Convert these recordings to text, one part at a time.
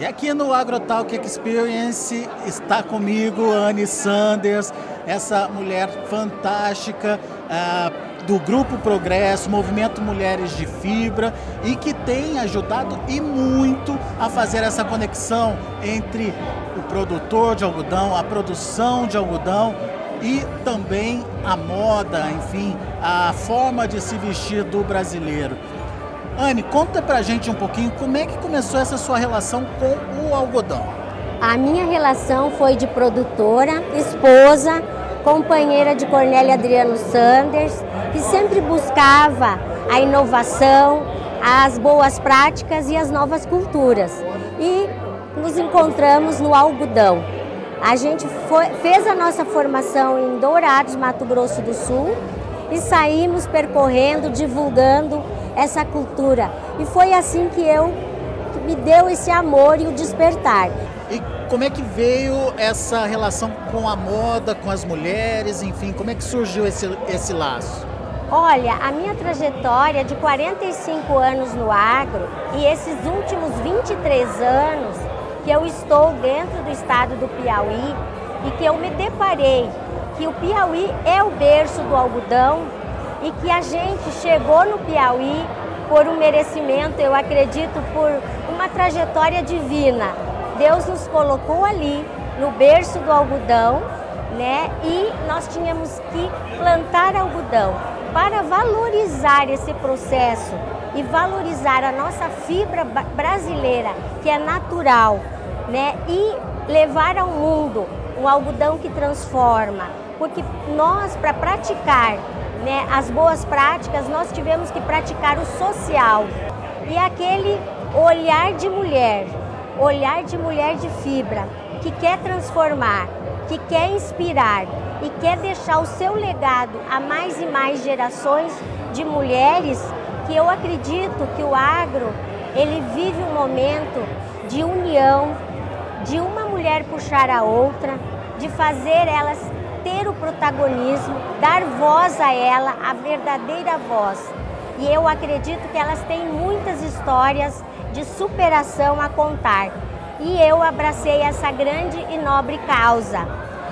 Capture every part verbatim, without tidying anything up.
E aqui no AgroTalk Experience está comigo Anne Sanders, essa mulher fantástica uh, do Grupo Progresso, Movimento Mulheres de Fibra, e que tem ajudado e muito a fazer essa conexão entre o produtor de algodão, a produção de algodão e também a moda, enfim, a forma de se vestir do brasileiro. Anne, conta pra gente um pouquinho como é que começou essa sua relação com o algodão. A minha relação foi de produtora, esposa, companheira de Cornélia Adriano Sanders, que sempre buscava a inovação, as boas práticas e as novas culturas. E nos encontramos no algodão. A gente foi, fez a nossa formação em Dourados, Mato Grosso do Sul, e saímos percorrendo, divulgando essa cultura. E foi assim que eu que me deu esse amor e o despertar. E como é que veio essa relação com a moda, com as mulheres, enfim, como é que surgiu esse, esse laço? Olha, a minha trajetória de quarenta e cinco anos no agro e esses últimos vinte e três anos que eu estou dentro do estado do Piauí e que eu me deparei que o Piauí é o berço do algodão e que a gente chegou no Piauí por um merecimento, eu acredito, por uma trajetória divina. Deus nos colocou ali no berço do algodão, né? E nós tínhamos que plantar algodão para valorizar esse processo e valorizar a nossa fibra brasileira, que é natural, né? E levar ao mundo um algodão que transforma, porque nós, para praticar, né, as boas práticas, nós tivemos que praticar o social e aquele olhar de mulher, olhar de mulher de fibra, que quer transformar, que quer inspirar e quer deixar o seu legado a mais e mais gerações de mulheres, que eu acredito que o agro, ele vive um momento de união, de uma mulher puxar a outra, de fazer elas ter o protagonismo, dar voz a ela, a verdadeira voz. E eu acredito que elas têm muitas histórias de superação a contar. E eu abracei essa grande e nobre causa.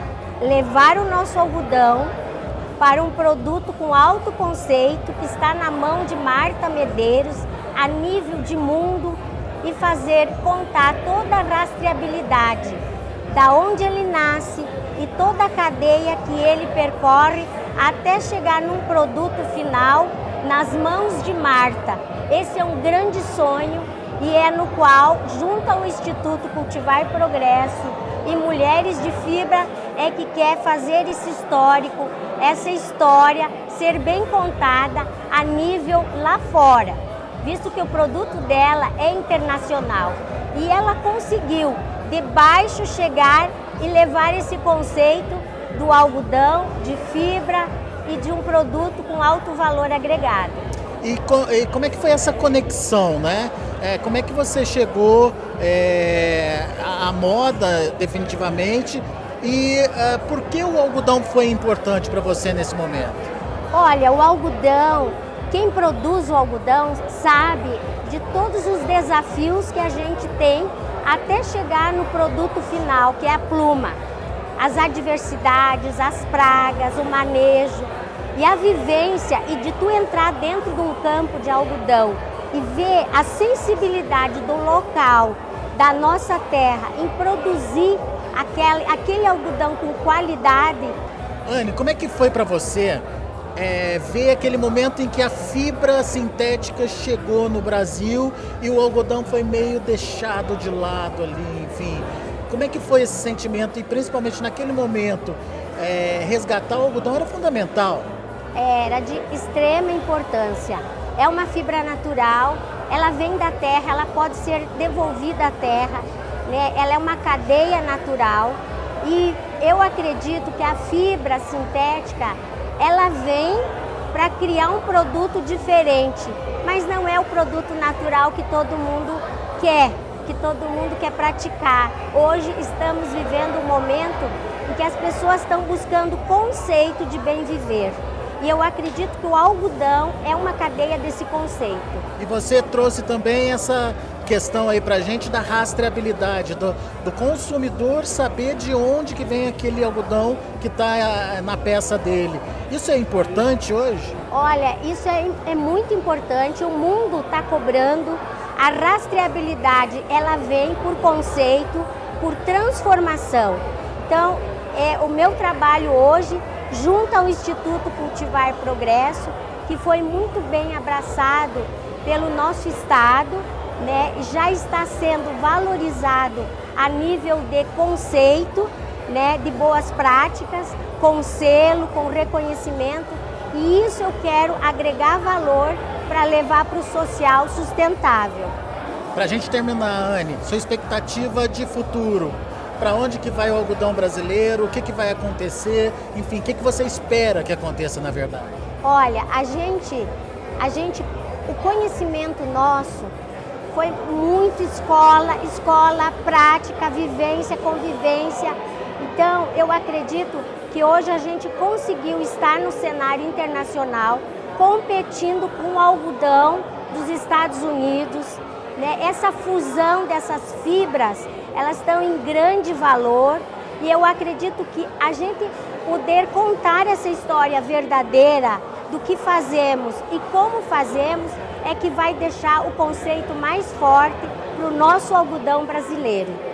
Levar o nosso algodão para um produto com alto conceito que está na mão de Marta Medeiros, a nível de mundo, e fazer contar toda a rastreabilidade, da onde ele nasce e toda a cadeia que ele percorre até chegar num produto final nas mãos de Marta. Esse é um grande sonho e é no qual, junto ao Instituto Cultivar e Progresso e Mulheres de Fibra, é que quer fazer esse histórico, essa história ser bem contada a nível lá fora, visto que o produto dela é internacional. E ela conseguiu, de baixo, chegar e levar esse conceito do algodão, de fibra e de um produto com alto valor agregado. E, co- e como é que foi essa conexão, né? É, como é que você chegou é, à moda definitivamente e é, por que o algodão foi importante para você nesse momento? Olha, o algodão, quem produz o algodão sabe de todos os desafios que a gente tem até chegar no produto final, que é a pluma. As adversidades, as pragas, o manejo e a vivência, e de tu entrar dentro de um campo de algodão e ver a sensibilidade do local, da nossa terra, em produzir aquele, aquele algodão com qualidade. Anne, como é que foi para você é, ver aquele momento em que a fibra sintética chegou no Brasil e o algodão foi meio deixado de lado ali, enfim? Como é que foi esse sentimento e principalmente naquele momento, é, resgatar o algodão era fundamental? Era de extrema importância. É uma fibra natural, ela vem da terra, ela pode ser devolvida à terra, né? Ela é uma cadeia natural e eu acredito que a fibra sintética, ela vem para criar um produto diferente, mas não é o produto natural que todo mundo quer, que todo mundo quer praticar. Hoje estamos vivendo um momento em que as pessoas estão buscando conceito de bem viver. E eu acredito que o algodão é uma cadeia cadeia desse conceito. E você trouxe também essa questão aí pra gente da rastreabilidade, do, do consumidor saber de onde que vem aquele algodão que está na peça dele. Isso é importante hoje? Olha, isso é, é muito importante, o mundo está cobrando. A rastreabilidade, ela vem por conceito, por transformação. Então, é, o meu trabalho hoje, junto ao Instituto Cultivar Progresso, que foi muito bem abraçado pelo nosso estado, né, já está sendo valorizado a nível de conceito, né, de boas práticas, com selo, com reconhecimento, e isso eu quero agregar valor para levar para o social sustentável. Para a gente terminar, Anne, sua expectativa de futuro, para onde que vai o algodão brasileiro, o que, que vai acontecer, enfim, o que, que você espera que aconteça na verdade? Olha, a gente, a gente, o conhecimento nosso foi muito escola, escola, prática, vivência, convivência. Então, eu acredito que hoje a gente conseguiu estar no cenário internacional, competindo com o algodão dos Estados Unidos, né? Essa fusão dessas fibras, elas estão em grande valor e eu acredito que a gente poder contar essa história verdadeira do que fazemos e como fazemos é que vai deixar o conceito mais forte para o nosso algodão brasileiro.